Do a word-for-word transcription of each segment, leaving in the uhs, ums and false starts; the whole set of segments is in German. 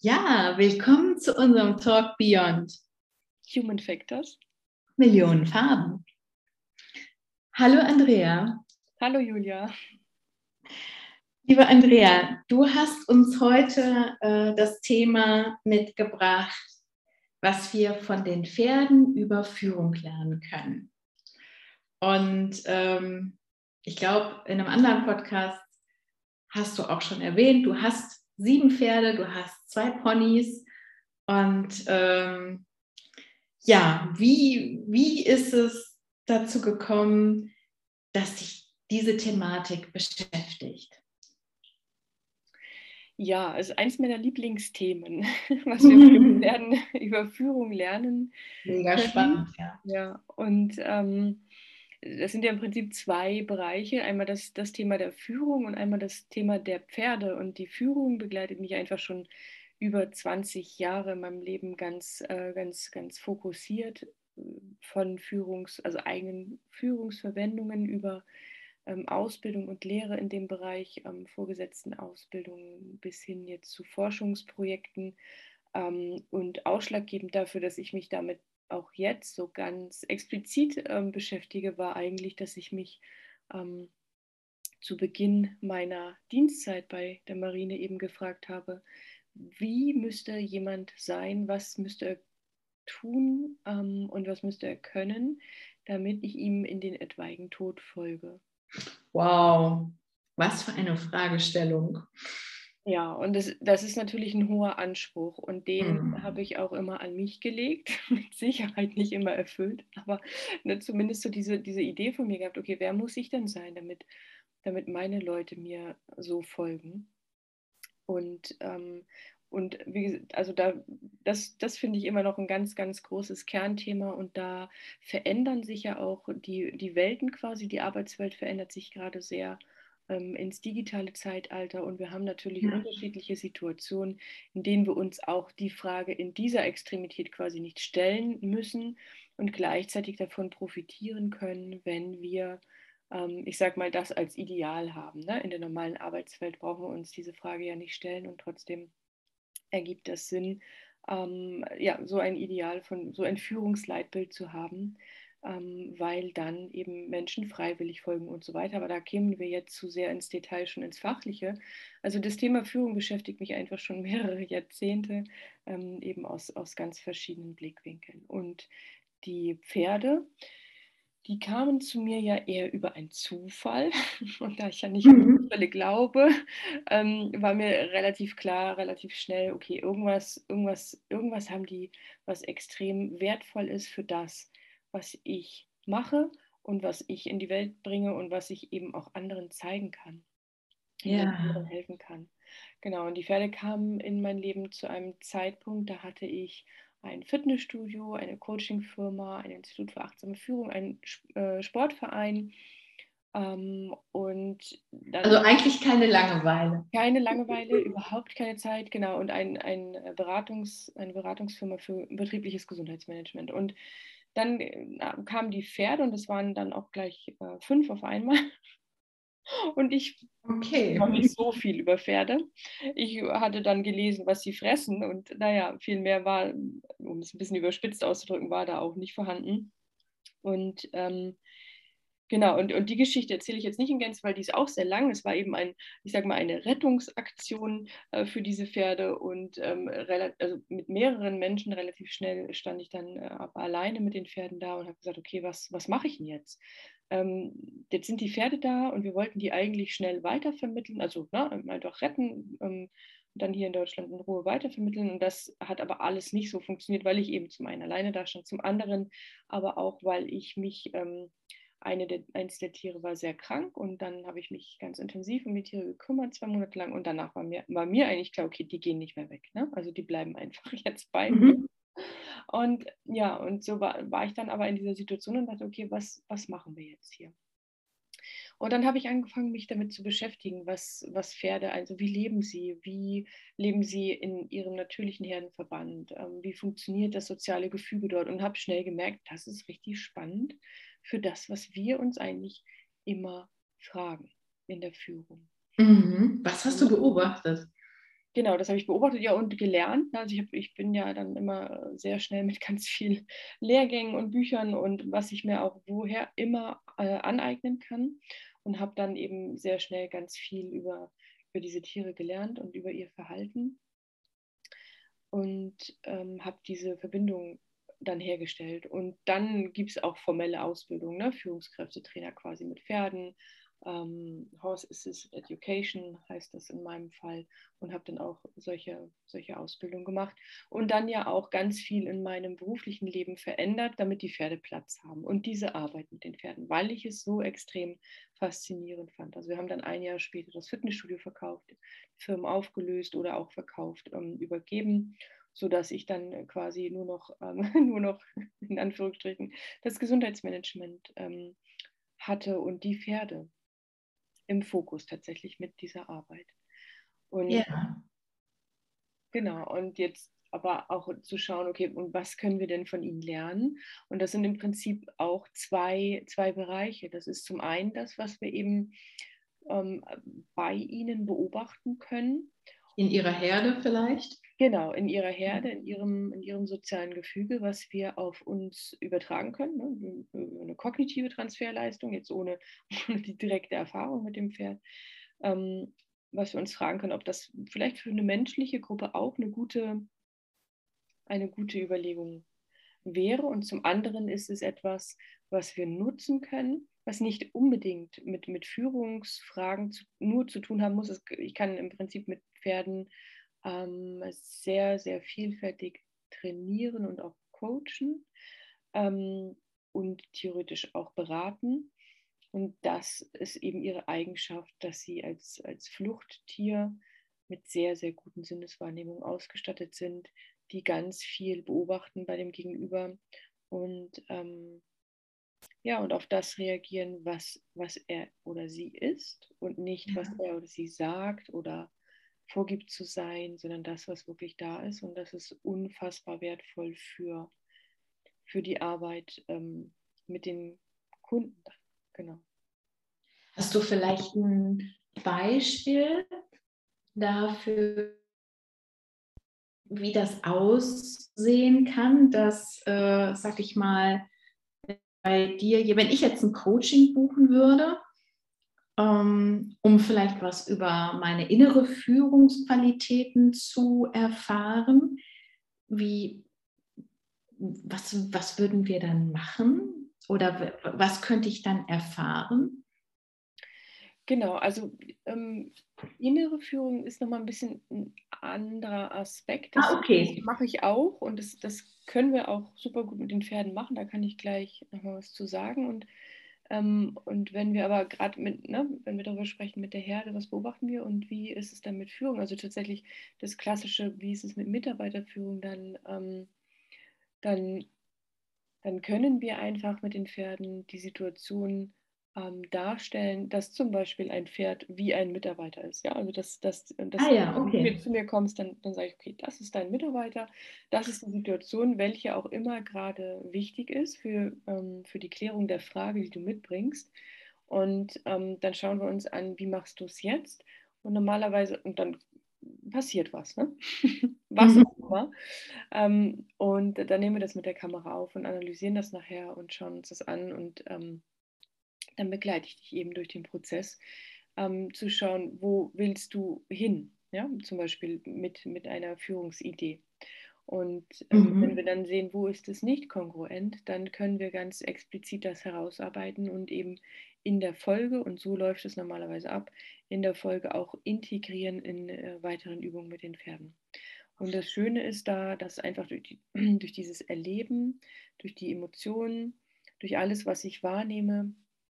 Ja, willkommen zu unserem Talk Beyond Human Factors. Millionen Farben. Hallo Andrea. Hallo Julia. Liebe Andrea, du hast uns heute äh, das Thema mitgebracht, was wir von den Pferden über Führung lernen können. Und ähm, ich glaube, in einem anderen Podcast hast du auch schon erwähnt, du hast sieben Pferde, du hast zwei Ponys und ähm, ja, wie, wie ist es dazu gekommen, dass dich diese Thematik beschäftigt? Ja, also eins meiner Lieblingsthemen, was wir mhm. werden über Führung lernen. Mega können. spannend, ja. Ja, und ähm, das sind ja im Prinzip zwei Bereiche. Einmal das, das Thema der Führung und einmal das Thema der Pferde. Und die Führung begleitet mich einfach schon über zwanzig Jahre in meinem Leben ganz, äh, ganz, ganz fokussiert von Führungs-, also eigenen Führungsverwendungen über ähm, Ausbildung und Lehre in dem Bereich, ähm, Vorgesetztenausbildung bis hin jetzt zu Forschungsprojekten. Ähm, und ausschlaggebend dafür, dass ich mich damit auch jetzt so ganz explizit ähm, beschäftige, war eigentlich, dass ich mich ähm, zu Beginn meiner Dienstzeit bei der Marine eben gefragt habe, wie müsste jemand sein, was müsste er tun ähm, und was müsste er können, damit ich ihm in den etwaigen Tod folge. Wow, was für eine Fragestellung. Ja, und das, das ist natürlich ein hoher Anspruch und den Hm. habe ich auch immer an mich gelegt, mit Sicherheit nicht immer erfüllt, aber ne, zumindest so diese, diese Idee von mir gehabt, okay, wer muss ich denn sein, damit, damit meine Leute mir so folgen? Und, ähm, und wie gesagt, also da, das, das finde ich immer noch ein ganz, ganz großes Kernthema und da verändern sich ja auch die, die Welten quasi, die Arbeitswelt verändert sich gerade sehr ähm, ins digitale Zeitalter und wir haben natürlich ja. unterschiedliche Situationen, in denen wir uns auch die Frage in dieser Extremität quasi nicht stellen müssen und gleichzeitig davon profitieren können, wenn wir ich sage mal, das als Ideal haben. Ne? In der normalen Arbeitswelt brauchen wir uns diese Frage ja nicht stellen und trotzdem ergibt es Sinn, ähm, ja, so ein Ideal von, so ein Führungsleitbild zu haben, ähm, weil dann eben Menschen freiwillig folgen und so weiter. Aber da kämen wir jetzt zu sehr ins Detail, schon ins Fachliche. Also das Thema Führung beschäftigt mich einfach schon mehrere Jahrzehnte, ähm, eben aus, aus ganz verschiedenen Blickwinkeln. Und die Pferde, die kamen zu mir ja eher über einen Zufall. Und da ich ja nicht an Mhm. Zufälle glaube, ähm, war mir relativ klar, relativ schnell, okay, irgendwas, irgendwas, irgendwas haben die, was extrem wertvoll ist für das, was ich mache und was ich in die Welt bringe und was ich eben auch anderen zeigen kann. Ja. Und anderen helfen kann. Genau, und die Pferde kamen in mein Leben zu einem Zeitpunkt, da hatte ich ein Fitnessstudio, eine Coachingfirma, ein Institut für achtsame Führung, einen äh, Sportverein. Ähm, und dann Also eigentlich keine Langeweile. keine Langeweile, überhaupt keine Zeit, genau, und ein, ein Beratungs, eine Beratungsfirma für betriebliches Gesundheitsmanagement. Und dann äh, kamen die Pferde und es waren dann auch gleich äh, fünf auf einmal. Und ich Okay. noch nicht so viel über Pferde. Ich hatte dann gelesen, was sie fressen und naja, viel mehr war, um es ein bisschen überspitzt auszudrücken, war da auch nicht vorhanden. Und ähm, genau, und, und die Geschichte erzähle ich jetzt nicht in Gänze, weil die ist auch sehr lang. Es war eben ein, ich sage mal, eine Rettungsaktion äh, für diese Pferde und ähm, also mit mehreren Menschen relativ schnell stand ich dann äh, aber alleine mit den Pferden da und habe gesagt, okay, was, was mache ich denn jetzt? Ähm, jetzt sind die Pferde da und wir wollten die eigentlich schnell weitervermitteln, also ne, einfach retten ähm, und dann hier in Deutschland in Ruhe weitervermitteln. Und das hat aber alles nicht so funktioniert, weil ich eben zum einen alleine da stand, zum anderen aber auch, weil ich mich... Ähm, eine der, eins der Tiere war sehr krank und dann habe ich mich ganz intensiv um die Tiere gekümmert, zwei Monate lang und danach war mir, war mir eigentlich klar, okay, die gehen nicht mehr weg. Ne? Also die bleiben einfach jetzt bei Mhm. mir. Und ja, und so war, war ich dann aber in dieser Situation und dachte, okay, was, was machen wir jetzt hier? Und dann habe ich angefangen, mich damit zu beschäftigen, was, was Pferde, also wie leben sie, wie leben sie in ihrem natürlichen Herdenverband, ähm, wie funktioniert das soziale Gefüge dort und habe schnell gemerkt, das ist richtig spannend für das, was wir uns eigentlich immer fragen in der Führung. Mhm. Was hast du beobachtet? Genau, das habe ich beobachtet, ja, und gelernt. Also ich, hab, ich bin ja dann immer sehr schnell mit ganz vielen Lehrgängen und Büchern und was ich mir auch woher immer äh, aneignen kann und habe dann eben sehr schnell ganz viel über, über diese Tiere gelernt und über ihr Verhalten und ähm, habe diese Verbindung dann hergestellt. Und dann gibt es auch formelle Ausbildung, ne? Führungskräftetrainer quasi mit Pferden. Ähm, Horse Assisted Education heißt das in meinem Fall und habe dann auch solche, solche Ausbildung gemacht und dann ja auch ganz viel in meinem beruflichen Leben verändert, damit die Pferde Platz haben und diese Arbeit mit den Pferden, weil ich es so extrem faszinierend fand. Also wir haben dann ein Jahr später das Fitnessstudio verkauft, Firmen aufgelöst oder auch verkauft, ähm, übergeben, sodass ich dann quasi nur noch, ähm, nur noch in Anführungsstrichen das Gesundheitsmanagement ähm, hatte und die Pferde im Fokus tatsächlich mit dieser Arbeit. Und Ja. genau, und jetzt aber auch zu schauen, okay, und was können wir denn von ihnen lernen? Und das sind im Prinzip auch zwei, zwei Bereiche. Das ist zum einen das, was wir eben ähm, bei ihnen beobachten können. In ihrer Herde vielleicht? Genau, in ihrer Herde, in ihrem, in ihrem sozialen Gefüge, was wir auf uns übertragen können. Ne? Eine kognitive Transferleistung, jetzt ohne, ohne die direkte Erfahrung mit dem Pferd. Ähm, was wir uns fragen können, ob das vielleicht für eine menschliche Gruppe auch eine gute, eine gute Überlegung wäre. Und zum anderen ist es etwas, was wir nutzen können, was nicht unbedingt mit, mit Führungsfragen zu, nur zu tun haben muss. Es, ich kann im Prinzip mit Pferden ähm, sehr, sehr vielfältig trainieren und auch coachen ähm, und theoretisch auch beraten. Und das ist eben ihre Eigenschaft, dass sie als, als Fluchttier mit sehr, sehr guten Sinneswahrnehmungen ausgestattet sind, die ganz viel beobachten bei dem Gegenüber und ähm, ja, und auf das reagieren, was, was er oder sie ist und nicht, was Ja. er oder sie sagt oder vorgibt zu sein, sondern das, was wirklich da ist. Und das ist unfassbar wertvoll für, für die Arbeit ähm, mit den Kunden. Genau. Hast du vielleicht ein Beispiel dafür, wie das aussehen kann, dass, äh, sag ich mal, bei dir, wenn ich jetzt ein Coaching buchen würde, ähm, um vielleicht was über meine innere Führungsqualitäten zu erfahren, wie, was, was würden wir dann machen? Oder was könnte ich dann erfahren? Genau, also ähm, innere Führung ist nochmal ein bisschen ein anderer Aspekt. Das, Ah, das okay. mache ich auch und das, das können wir auch super gut mit den Pferden machen. Da kann ich gleich nochmal was zu sagen. Und, ähm, und wenn wir aber gerade mit, ne, wenn wir darüber sprechen mit der Herde, was beobachten wir und wie ist es dann mit Führung? Also tatsächlich das Klassische, wie ist es mit Mitarbeiterführung, dann, ähm, dann dann können wir einfach mit den Pferden die Situation ähm, darstellen, dass zum Beispiel ein Pferd wie ein Mitarbeiter ist. Ja, also dass, dass, Ah dass ja, wenn du okay. jetzt zu mir kommst, dann, dann sage ich, okay, das ist dein Mitarbeiter, das ist die Situation, welche auch immer gerade wichtig ist für, ähm, für die Klärung der Frage, die du mitbringst. Und ähm, dann schauen wir uns an, wie machst du es jetzt? Und normalerweise, und dann passiert was, ne? Was Mhm. auch immer. Ähm, und dann nehmen wir das mit der Kamera auf und analysieren das nachher und schauen uns das an und ähm, dann begleite ich dich eben durch den Prozess, ähm, zu schauen, wo willst du hin, ja, zum Beispiel mit, mit einer Führungsidee. Und ähm, wenn wir Mhm. dann sehen, wo ist es nicht kongruent, dann können wir ganz explizit das herausarbeiten und eben in der Folge, und so läuft es normalerweise ab, in der Folge auch integrieren in äh, weiteren Übungen mit den Pferden. Und das Schöne ist da, dass einfach durch, die, durch dieses Erleben, durch die Emotionen, durch alles, was ich wahrnehme,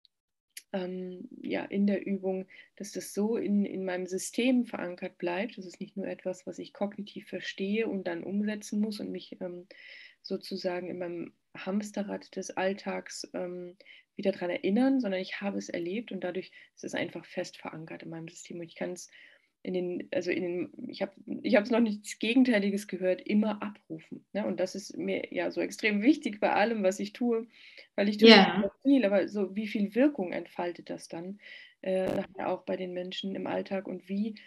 ähm, ja, in der Übung, dass das so in, in meinem System verankert bleibt. Das ist nicht nur etwas, was ich kognitiv verstehe und dann umsetzen muss und mich ähm, sozusagen in meinem Hamsterrad des Alltags ähm, wieder daran erinnern, sondern ich habe es erlebt und dadurch ist es einfach fest verankert in meinem System. Und ich kann es in den, also in den, ich habe ich habe es noch nichts Gegenteiliges gehört, immer abrufen. Ne? Und das ist mir ja so extrem wichtig bei allem, was ich tue, weil ich tue ja Ja, viel, aber so wie viel Wirkung entfaltet das dann äh, nachher auch bei den Menschen im Alltag und wie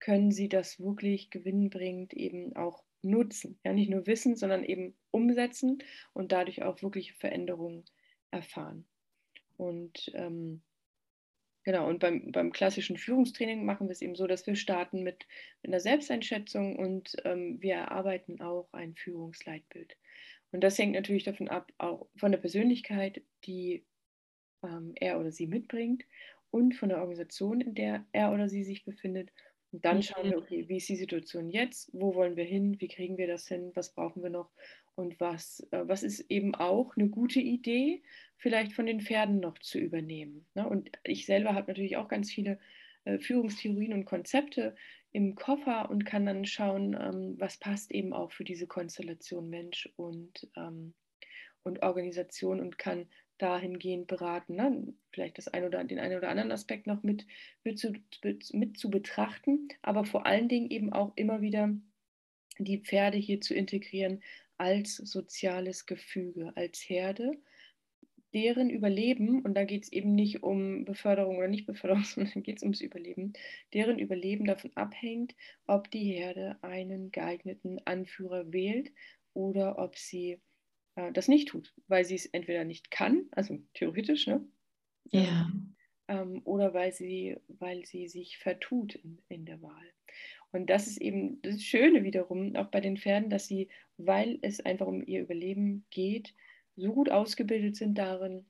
können sie das wirklich gewinnbringend eben auch nutzen. Ja, nicht nur wissen, sondern eben umsetzen und dadurch auch wirkliche Veränderungen erfahren. Und ähm, genau, und beim, beim klassischen Führungstraining machen wir es eben so, dass wir starten mit, mit einer Selbsteinschätzung und ähm, wir erarbeiten auch ein Führungsleitbild. Und das hängt natürlich davon ab, auch von der Persönlichkeit, die ähm, er oder sie mitbringt und von der Organisation, in der er oder sie sich befindet. Und dann schauen wir, okay, wie ist die Situation jetzt? Wo wollen wir hin? Wie kriegen wir das hin? Was brauchen wir noch? Und was, äh, was ist eben auch eine gute Idee, vielleicht von den Pferden noch zu übernehmen? Ne? Und ich selber habe natürlich auch ganz viele äh, Führungstheorien und Konzepte im Koffer und kann dann schauen, ähm, was passt eben auch für diese Konstellation Mensch und, ähm, und Organisation und kann dahingehend beraten, ne? Vielleicht das ein oder, den einen oder anderen Aspekt noch mit, mit, zu, mit zu betrachten, aber vor allen Dingen eben auch immer wieder die Pferde hier zu integrieren als soziales Gefüge, als Herde, deren Überleben, und da geht es eben nicht um Beförderung oder Nicht-Beförderung, sondern geht es ums Überleben, deren Überleben davon abhängt, ob die Herde einen geeigneten Anführer wählt oder ob sie äh, das nicht tut, weil sie es entweder nicht kann, also theoretisch, ne? Ja, Ja. ähm, oder weil sie, weil sie sich vertut in, in der Wahl. Und das ist eben das Schöne wiederum auch bei den Pferden, dass sie, weil es einfach um ihr Überleben geht, so gut ausgebildet sind darin,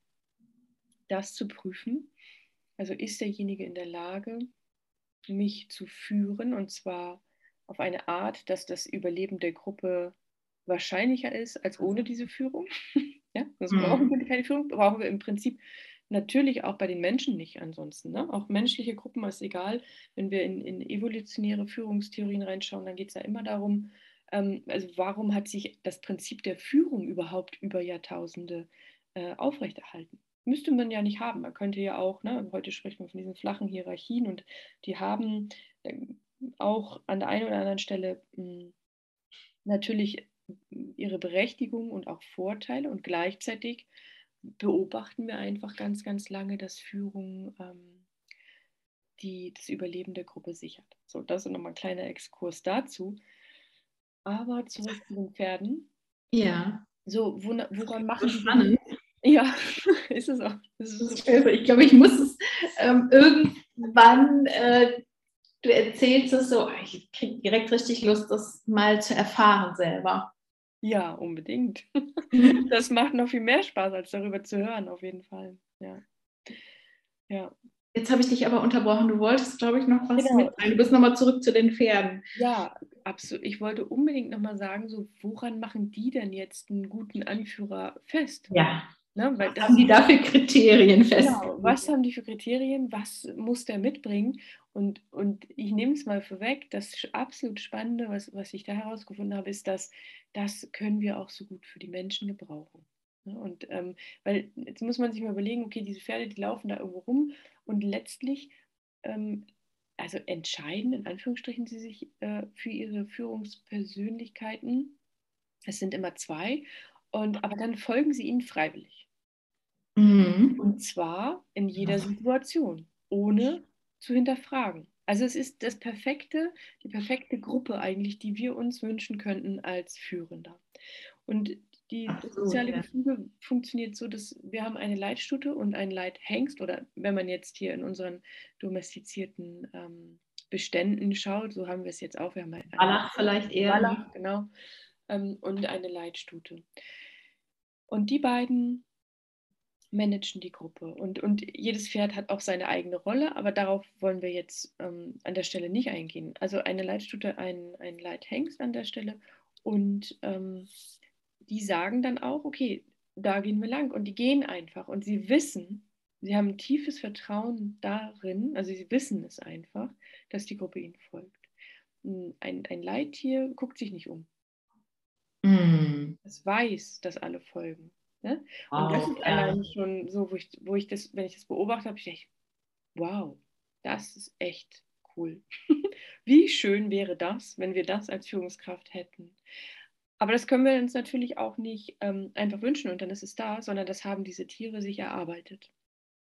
das zu prüfen. Also ist derjenige in der Lage, mich zu führen, und zwar auf eine Art, dass das Überleben der Gruppe wahrscheinlicher ist als ohne diese Führung. Ja, sonst brauchen Mhm. wir keine Führung, brauchen wir im Prinzip natürlich auch bei den Menschen nicht ansonsten. Ne? Auch menschliche Gruppen ist egal, wenn wir in, in evolutionäre Führungstheorien reinschauen, dann geht es ja immer darum, ähm, also warum hat sich das Prinzip der Führung überhaupt über Jahrtausende äh, aufrechterhalten? Müsste man ja nicht haben. Man könnte ja auch, ne, heute spricht man von diesen flachen Hierarchien und die haben äh, auch an der einen oder anderen Stelle mh, natürlich ihre Berechtigung und auch Vorteile, und gleichzeitig beobachten wir einfach ganz, ganz lange, dass Führung ähm, die, das Überleben der Gruppe sichert. So, das ist nochmal ein kleiner Exkurs dazu. Aber zurück zu den Pferden. Ja. So, wo, woran So machen die denn? spannend. Ja, ist es auch. Ist es so. Also ich glaube, ich muss es ähm, irgendwann, äh, du erzählst es so, ich kriege direkt richtig Lust, das mal zu erfahren selber. Ja, unbedingt. Das macht noch viel mehr Spaß, als darüber zu hören, auf jeden Fall. Ja. Ja. Jetzt habe ich dich aber unterbrochen. Du wolltest, glaube ich, noch was Genau. mitteilen. Du bist nochmal zurück zu den Pferden. Ja, absolut. Ich wollte unbedingt nochmal sagen, so, woran machen die denn jetzt einen guten Anführer fest? Ja. Ne? Weil Was das haben ist die da für Kriterien genau, festgelegt? was haben die für Kriterien, was muss der mitbringen? Und, und ich nehme es mal vorweg, das absolut Spannende, was, was ich da herausgefunden habe, ist, dass das können wir auch so gut für die Menschen gebrauchen. Ne? Und ähm, weil jetzt muss man sich mal überlegen, okay, diese Pferde, die laufen da irgendwo rum und letztlich, ähm, also entscheiden, in Anführungsstrichen, sie sich äh, für ihre Führungspersönlichkeiten. Es sind immer zwei, und, aber dann folgen sie ihnen freiwillig. Mhm. Und zwar in jeder Situation, ohne zu hinterfragen. Also es ist das perfekte, die perfekte Gruppe eigentlich, die wir uns wünschen könnten als Führender. Und die, das Absolut, soziale ja. Gefüge funktioniert so, dass wir haben eine Leitstute und einen Leithengst, oder wenn man jetzt hier in unseren domestizierten ähm, Beständen schaut, so haben wir es jetzt auch, wir haben einen Wallach vielleicht eher. Ne? Wallach, genau, ähm, und eine Leitstute. Und die beiden managen die Gruppe. Und, und jedes Pferd hat auch seine eigene Rolle, aber darauf wollen wir jetzt ähm, an der Stelle nicht eingehen. Also eine Leitstute, ein, ein Leithengst an der Stelle, und ähm, die sagen dann auch, okay, da gehen wir lang, und die gehen einfach, und sie wissen, sie haben ein tiefes Vertrauen darin, also sie wissen es einfach, dass die Gruppe ihnen folgt. Ein, ein Leittier guckt sich nicht um. Mhm. Es weiß, dass alle folgen. Ne? Und das Wow, ist ja. allein schon so, wo ich, wo ich das, wenn ich das beobachtet habe, ich dachte, wow, das ist echt cool. Wie schön wäre das, wenn wir das als Führungskraft hätten. Aber das können wir uns natürlich auch nicht ähm, einfach wünschen und dann ist es da, sondern das haben diese Tiere sich erarbeitet.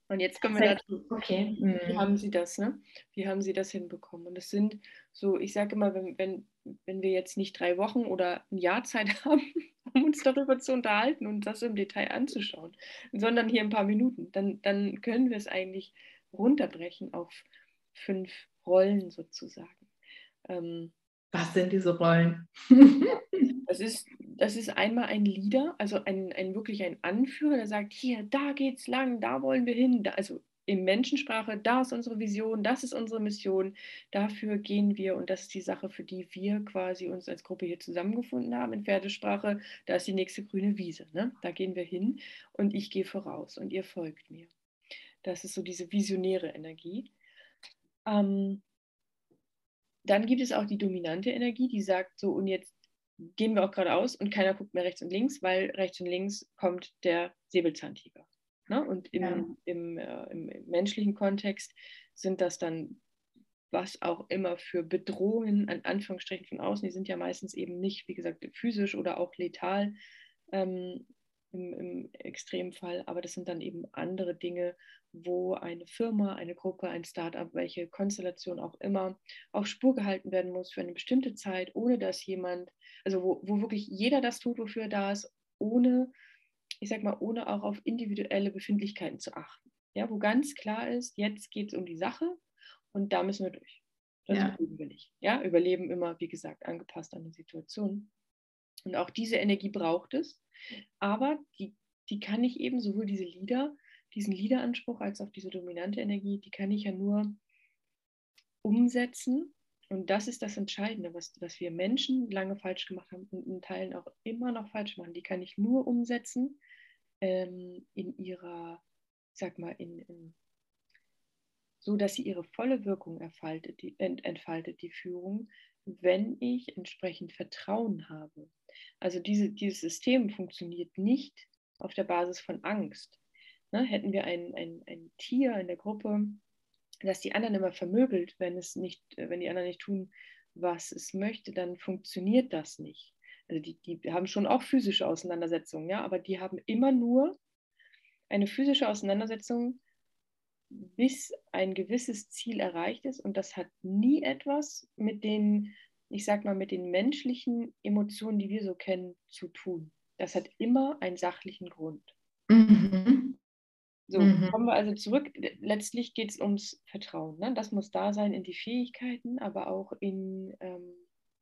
Und jetzt kommen wir dazu, okay. wie haben Sie das, ne? Wie haben Sie das hinbekommen? Und es sind so, ich sage immer, wenn, wenn, wenn wir jetzt nicht drei Wochen oder ein Jahr Zeit haben, um uns darüber zu unterhalten und das im Detail anzuschauen, sondern hier ein paar Minuten, dann, dann können wir es eigentlich runterbrechen auf fünf Rollen sozusagen. Ähm, Was sind diese Rollen? Das ist, das ist einmal ein Leader, also ein, ein wirklich ein Anführer, der sagt, hier, da geht's lang, da wollen wir hin. Da, also in Menschensprache, da ist unsere Vision, das ist unsere Mission, dafür gehen wir und das ist die Sache, für die wir quasi uns als Gruppe hier zusammengefunden haben. In Pferdesprache, da ist die nächste grüne Wiese, ne? Da gehen wir hin und ich gehe voraus und ihr folgt mir. Das ist so diese visionäre Energie. Ähm, Dann gibt es auch die dominante Energie, die sagt so, und jetzt gehen wir auch geradeaus und keiner guckt mehr rechts und links, weil rechts und links kommt der Säbelzahntiger. Ne? Und im, ja. im, äh, im, im menschlichen Kontext sind das dann was auch immer für Bedrohungen, an Anführungsstrichen von außen, die sind ja meistens eben nicht, wie gesagt, physisch oder auch letal ähm, im, im Extremfall, aber das sind dann eben andere Dinge, wo eine Firma, eine Gruppe, ein Startup, welche Konstellation auch immer, auf Spur gehalten werden muss für eine bestimmte Zeit, ohne dass jemand, also wo, wo wirklich jeder das tut, wofür er da ist, ohne, ich sag mal, ohne auch auf individuelle Befindlichkeiten zu achten. Ja, wo ganz klar ist, jetzt geht es um die Sache und da müssen wir durch. Das ja. überleben wir nicht. Ja, überleben immer, wie gesagt, angepasst an die Situation. Und auch diese Energie braucht es. Aber die, die kann ich eben, sowohl diese Leader, diesen Leaderanspruch als auch diese dominante Energie, die kann ich ja nur umsetzen. Und das ist das Entscheidende, was, was wir Menschen lange falsch gemacht haben und in Teilen auch immer noch falsch machen. Die kann ich nur umsetzen ähm, in ihrer, sag mal, in, in so dass sie ihre volle Wirkung entfaltet die, ent, entfaltet, die Führung, wenn ich entsprechend Vertrauen habe. Also diese, dieses System funktioniert nicht auf der Basis von Angst. Ne, hätten wir ein, ein, ein Tier in der Gruppe, das die anderen immer vermöbelt, wenn, es nicht, wenn die anderen nicht tun, was es möchte, dann funktioniert das nicht. Also die, die haben schon auch physische Auseinandersetzungen, ja, aber die haben immer nur eine physische Auseinandersetzung, bis ein gewisses Ziel erreicht ist. Und das hat nie etwas mit den, ich sag mal, mit den menschlichen Emotionen, die wir so kennen, zu tun. Das hat immer einen sachlichen Grund. Mhm. So, mhm. Kommen wir also zurück. Letztlich geht es ums Vertrauen. Ne? Das muss da sein in die Fähigkeiten, aber auch in, ähm,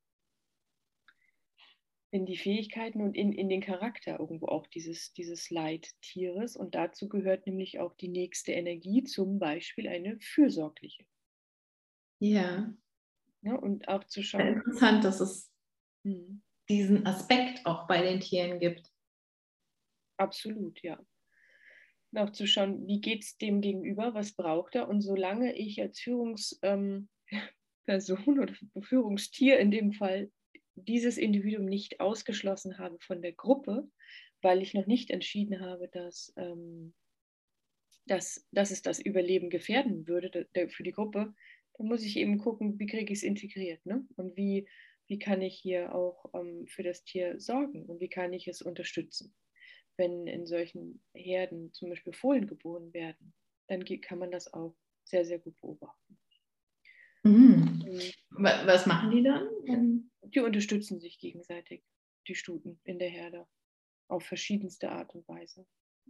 in die Fähigkeiten und in, in den Charakter irgendwo auch dieses, dieses Leittieres. Und dazu gehört nämlich auch die nächste Energie, zum Beispiel eine fürsorgliche. Ja. Ja, und auch zu schauen. Interessant, dass es hm. diesen Aspekt auch bei den Tieren gibt. Absolut, ja. Und auch zu schauen, wie geht es dem gegenüber, was braucht er. Und solange ich als Führungsperson ähm, oder Führungstier in dem Fall dieses Individuum nicht ausgeschlossen habe von der Gruppe, weil ich noch nicht entschieden habe, dass, ähm, dass, dass es das Überleben gefährden würde der, für die Gruppe, dann muss ich eben gucken, wie kriege ich es integriert, ne? Und wie, wie kann ich hier auch ähm, für das Tier sorgen und wie kann ich es unterstützen. Wenn in solchen Herden zum Beispiel Fohlen geboren werden, dann kann man das auch sehr, sehr gut beobachten. Mhm. Was machen die dann? Die unterstützen sich gegenseitig, die Stuten in der Herde, auf verschiedenste Art und Weise.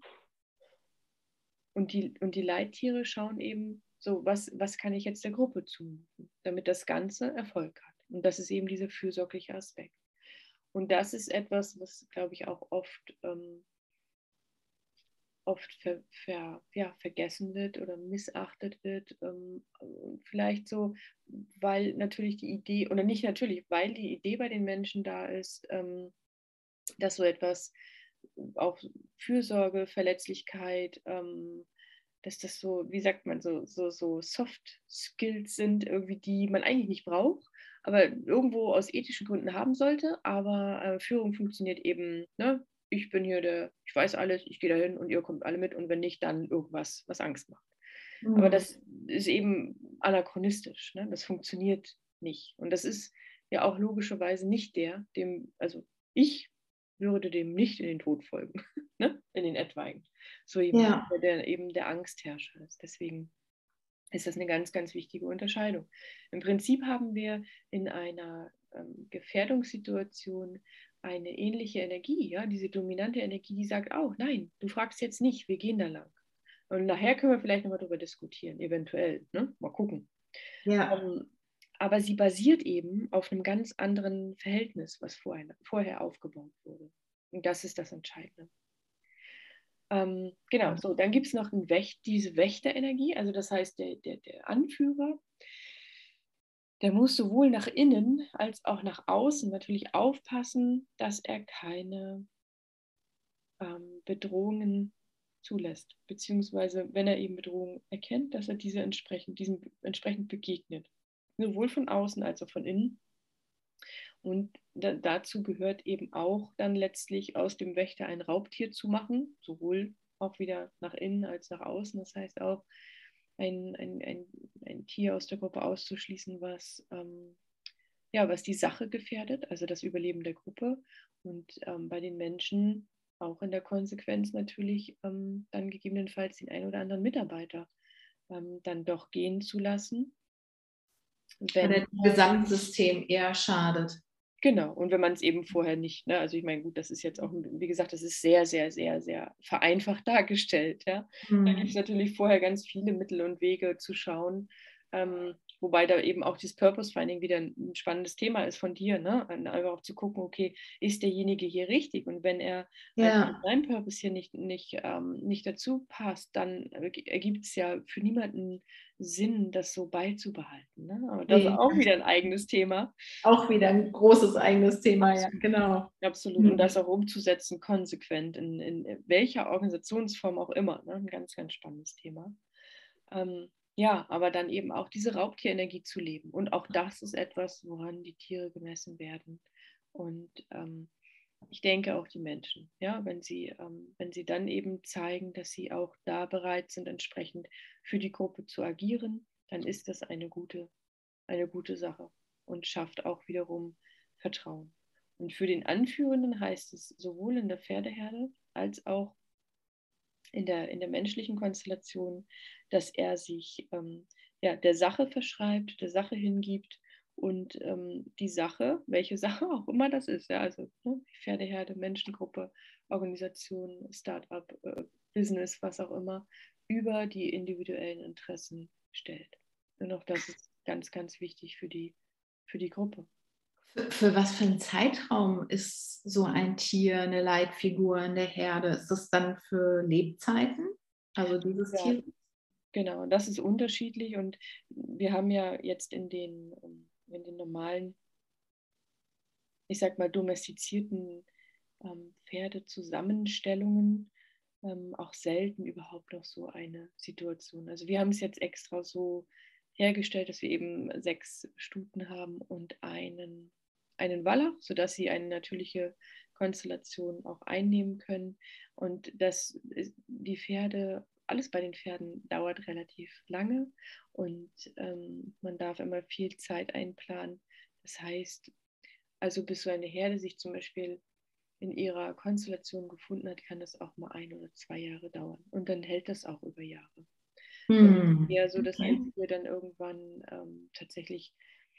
Und die, und die Leittiere schauen eben so, was, was kann ich jetzt der Gruppe zumuten, damit das Ganze Erfolg hat. Und das ist eben dieser fürsorgliche Aspekt. Und das ist etwas, was, glaube ich, auch oft, ähm, oft ver, ver, ja, vergessen wird oder missachtet wird. Ähm, vielleicht so, weil natürlich die Idee, oder nicht natürlich, weil die Idee bei den Menschen da ist, ähm, dass so etwas, auch Fürsorge, Verletzlichkeit, ähm, dass das so, wie sagt man, so, so, so Soft Skills sind, irgendwie, die man eigentlich nicht braucht, aber irgendwo aus ethischen Gründen haben sollte. Aber äh, Führung funktioniert eben, ne? Ich bin hier der, ich weiß alles, ich gehe dahin und ihr kommt alle mit und wenn nicht, dann irgendwas, was Angst macht. Mhm. Aber das ist eben anachronistisch, ne? Das funktioniert nicht. Und das ist ja auch logischerweise nicht der, dem, also ich würde dem nicht in den Tod folgen, ne? In den etwaigen. So jemand, Ja. der eben der Angstherrscher ist. Deswegen ist das eine ganz, ganz wichtige Unterscheidung. Im Prinzip haben wir in einer ähm, Gefährdungssituation eine ähnliche Energie, ja, diese dominante Energie, die sagt auch, nein, du fragst jetzt nicht, wir gehen da lang. Und nachher können wir vielleicht nochmal darüber diskutieren, eventuell, ne? Mal gucken. Ja. Ähm, aber sie basiert eben auf einem ganz anderen Verhältnis, was vorher, vorher aufgebaut wurde. Und das ist das Entscheidende. Ähm, genau, so, dann gibt es noch ein Wächt, diese Wächterenergie, also das heißt, der, der, der Anführer, der muss sowohl nach innen als auch nach außen natürlich aufpassen, dass er keine ähm, Bedrohungen zulässt, beziehungsweise wenn er eben Bedrohungen erkennt, dass er diese entsprechend, diesem entsprechend begegnet, sowohl von außen als auch von innen. Und da, dazu gehört eben auch dann letztlich aus dem Wächter ein Raubtier zu machen, sowohl auch wieder nach innen als nach außen. Das heißt auch, ein, ein, ein, ein Tier aus der Gruppe auszuschließen, was, ähm, ja, was die Sache gefährdet, also das Überleben der Gruppe. Und ähm, bei den Menschen auch in der Konsequenz natürlich ähm, dann gegebenenfalls den einen oder anderen Mitarbeiter ähm, dann doch gehen zu lassen. Weil Wenn das Gesamtsystem eher schadet. Genau, und wenn man es eben vorher nicht, ne, also ich meine, gut, das ist jetzt auch, wie gesagt, das ist sehr, sehr, sehr, sehr vereinfacht dargestellt, ja. Da gibt es Mhm. natürlich vorher ganz viele Mittel und Wege zu schauen, ähm, wobei da eben auch das Purpose Finding wieder ein spannendes Thema ist von dir, ne, einfach auch zu gucken, okay, ist derjenige hier richtig? Und wenn er einfach mit Ja. seinem Purpose hier nicht, nicht, ähm, nicht dazu passt, dann ergibt es ja für niemanden Sinn, das so beizubehalten, ne? Aber das ist Nee. auch wieder ein eigenes Thema. Auch wieder ein großes eigenes Thema, ja, Absolut. genau. Absolut. Und Mhm. das auch umzusetzen, konsequent, in, in welcher Organisationsform auch immer. Ne? Ein ganz, ganz spannendes Thema. Ähm, ja, aber dann eben auch diese Raubtierenergie zu leben. Und auch das ist etwas, woran die Tiere gemessen werden. Und ähm, ich denke auch die Menschen, ja, wenn sie, ähm, wenn sie dann eben zeigen, dass sie auch da bereit sind, entsprechend für die Gruppe zu agieren, dann ist das eine gute, eine gute Sache und schafft auch wiederum Vertrauen. Und für den Anführenden heißt es sowohl in der Pferdeherde als auch in der, in der menschlichen Konstellation, dass er sich ähm, ja, der Sache verschreibt, der Sache hingibt und ähm, die Sache, welche Sache auch immer das ist, ja, also ne, Pferdeherde, Menschengruppe, Organisation, Start-up, äh, Business, was auch immer, über die individuellen Interessen stellt. Und auch das ist ganz, ganz wichtig für die, für die Gruppe. Für, für was für einen Zeitraum ist so ein Tier eine Leitfigur in der Herde? Ist das dann für Lebzeiten? Also dieses Ja, Tier? genau, das ist unterschiedlich und wir haben ja jetzt in den, ähm, in den normalen, ich sag mal, domestizierten ähm, Pferdezusammenstellungen ähm, auch selten überhaupt noch so eine Situation. Also wir haben es jetzt extra so hergestellt, dass wir eben sechs Stuten haben und einen, einen Wallach, sodass sie eine natürliche Konstellation auch einnehmen können. Und das, die Pferde, alles bei den Pferden dauert relativ lange und ähm, man darf immer viel Zeit einplanen. Das heißt, also bis so eine Herde sich zum Beispiel in ihrer Konstellation gefunden hat, kann das auch mal ein oder zwei Jahre dauern. Und dann hält das auch über Jahre. Dann ist es Hm. eher so, dass Okay. ein Tier dann irgendwann ähm, tatsächlich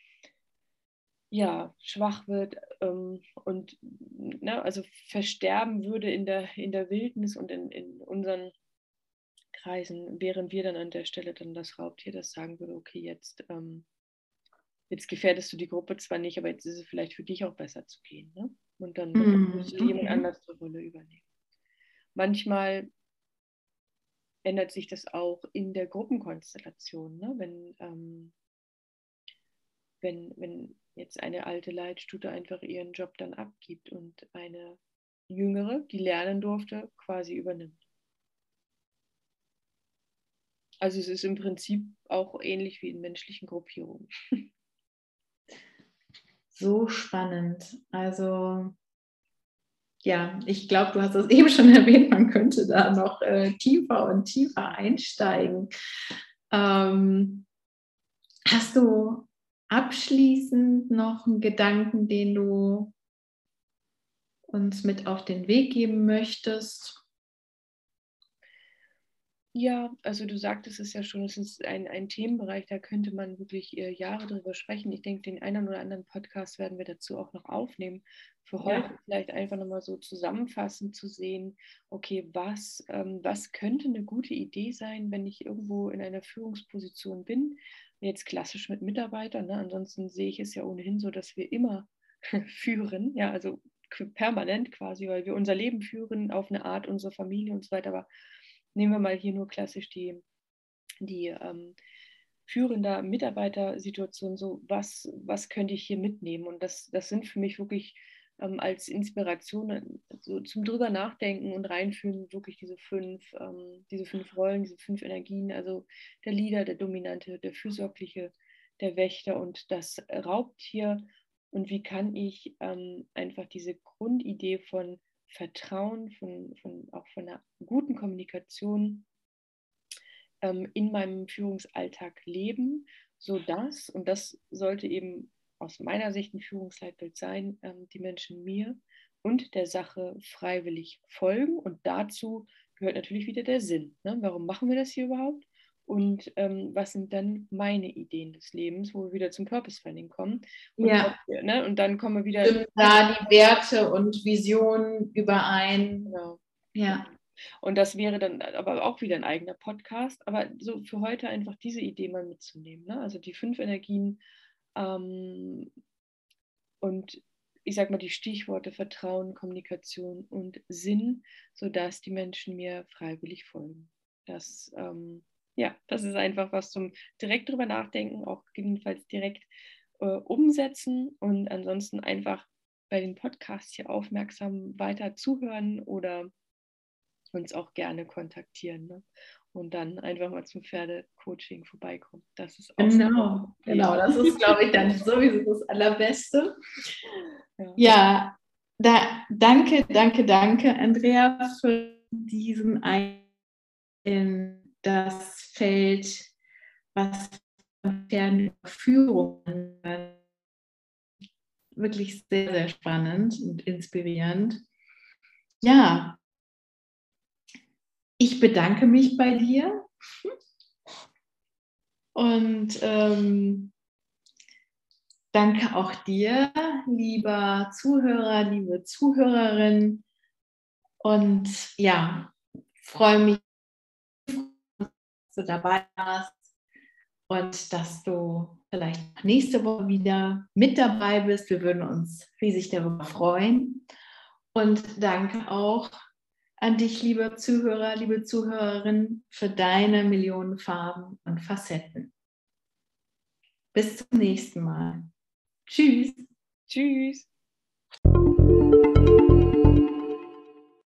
ja, schwach wird ähm, und ne, also versterben würde in der, in der Wildnis und in, in unseren Kreisen, wären wir dann an der Stelle dann das Raubtier, das sagen würde, okay, jetzt, ähm, jetzt gefährdest du die Gruppe zwar nicht, aber jetzt ist es vielleicht für dich auch besser zu gehen. Ne? Und dann, dann Hm. müsste jemand Okay. anders die Rolle übernehmen. Manchmal ändert sich das auch in der Gruppenkonstellation. Ne? Wenn, ähm, wenn, wenn jetzt eine alte Leitstute einfach ihren Job dann abgibt und eine jüngere, die lernen durfte, quasi übernimmt. Also es ist im Prinzip auch ähnlich wie in menschlichen Gruppierungen. So spannend. Also ja, ich glaube, du hast es eben schon erwähnt, man könnte da noch äh, tiefer und tiefer einsteigen. Ähm, hast du abschließend noch einen Gedanken, den du uns mit auf den Weg geben möchtest? Ja, also du sagtest es ja schon, es ist ein, ein Themenbereich, da könnte man wirklich äh, Jahre drüber sprechen. Ich denke, den einen oder anderen Podcast werden wir dazu auch noch aufnehmen. Für heute Ja. vielleicht einfach nochmal so zusammenfassend zu sehen, okay, was, ähm, was könnte eine gute Idee sein, wenn ich irgendwo in einer Führungsposition bin, jetzt klassisch mit Mitarbeitern, ne? Ansonsten sehe ich es ja ohnehin so, dass wir immer führen, ja, also permanent quasi, weil wir unser Leben führen auf eine Art, unsere Familie und so weiter, aber nehmen wir mal hier nur klassisch die, die ähm, führender Mitarbeitersituation, so was, was könnte ich hier mitnehmen? Und das, das sind für mich wirklich ähm, als Inspiration so zum drüber nachdenken und reinfühlen, wirklich diese fünf, ähm, diese fünf Rollen, diese fünf Energien, also der Leader, der Dominante, der Fürsorgliche, der Wächter und das Raubtier. Und wie kann ich ähm, einfach diese Grundidee von Vertrauen, von, von, auch von einer guten Kommunikation ähm, in meinem Führungsalltag leben, sodass, und das sollte eben aus meiner Sicht ein Führungsleitbild sein, ähm, die Menschen mir und der Sache freiwillig folgen. Und dazu gehört natürlich wieder der Sinn. Ne? Warum machen wir das hier überhaupt? Und ähm, was sind dann meine Ideen des Lebens, wo wir wieder zum Purpose Finding kommen. Und, Ja. ne, und dann kommen wir wieder. Stimmt da die Werte und Visionen überein? Genau. Ja. Und das wäre dann aber auch wieder ein eigener Podcast. Aber so für heute einfach diese Idee mal mitzunehmen. Ne? Also die fünf Energien ähm, und ich sag mal die Stichworte Vertrauen, Kommunikation und Sinn, sodass die Menschen mir freiwillig folgen. Das, ähm, ja, das ist einfach was zum direkt drüber nachdenken, auch gegebenenfalls direkt äh, umsetzen und ansonsten einfach bei den Podcasts hier aufmerksam weiter zuhören oder uns auch gerne kontaktieren. Ne? Und dann einfach mal zum Pferdecoaching vorbeikommen. Das ist auch. Genau, genau. Das ist, glaube ich, dann sowieso das Allerbeste. Ja, ja da, danke, danke, danke, Andrea, für diesen Einblick in das Feld, was Pferdenführung angeht. Wirklich sehr, sehr spannend und inspirierend. Ja, ich bedanke mich bei dir und ähm, danke auch dir, lieber Zuhörer, liebe Zuhörerin. Und ja, freue mich, dass du dabei warst und dass du vielleicht nächste Woche wieder mit dabei bist. Wir würden uns riesig darüber freuen. Und danke auch an dich, liebe Zuhörer, liebe Zuhörerin, für deine Millionen Farben und Facetten. Bis zum nächsten Mal. Tschüss. Tschüss.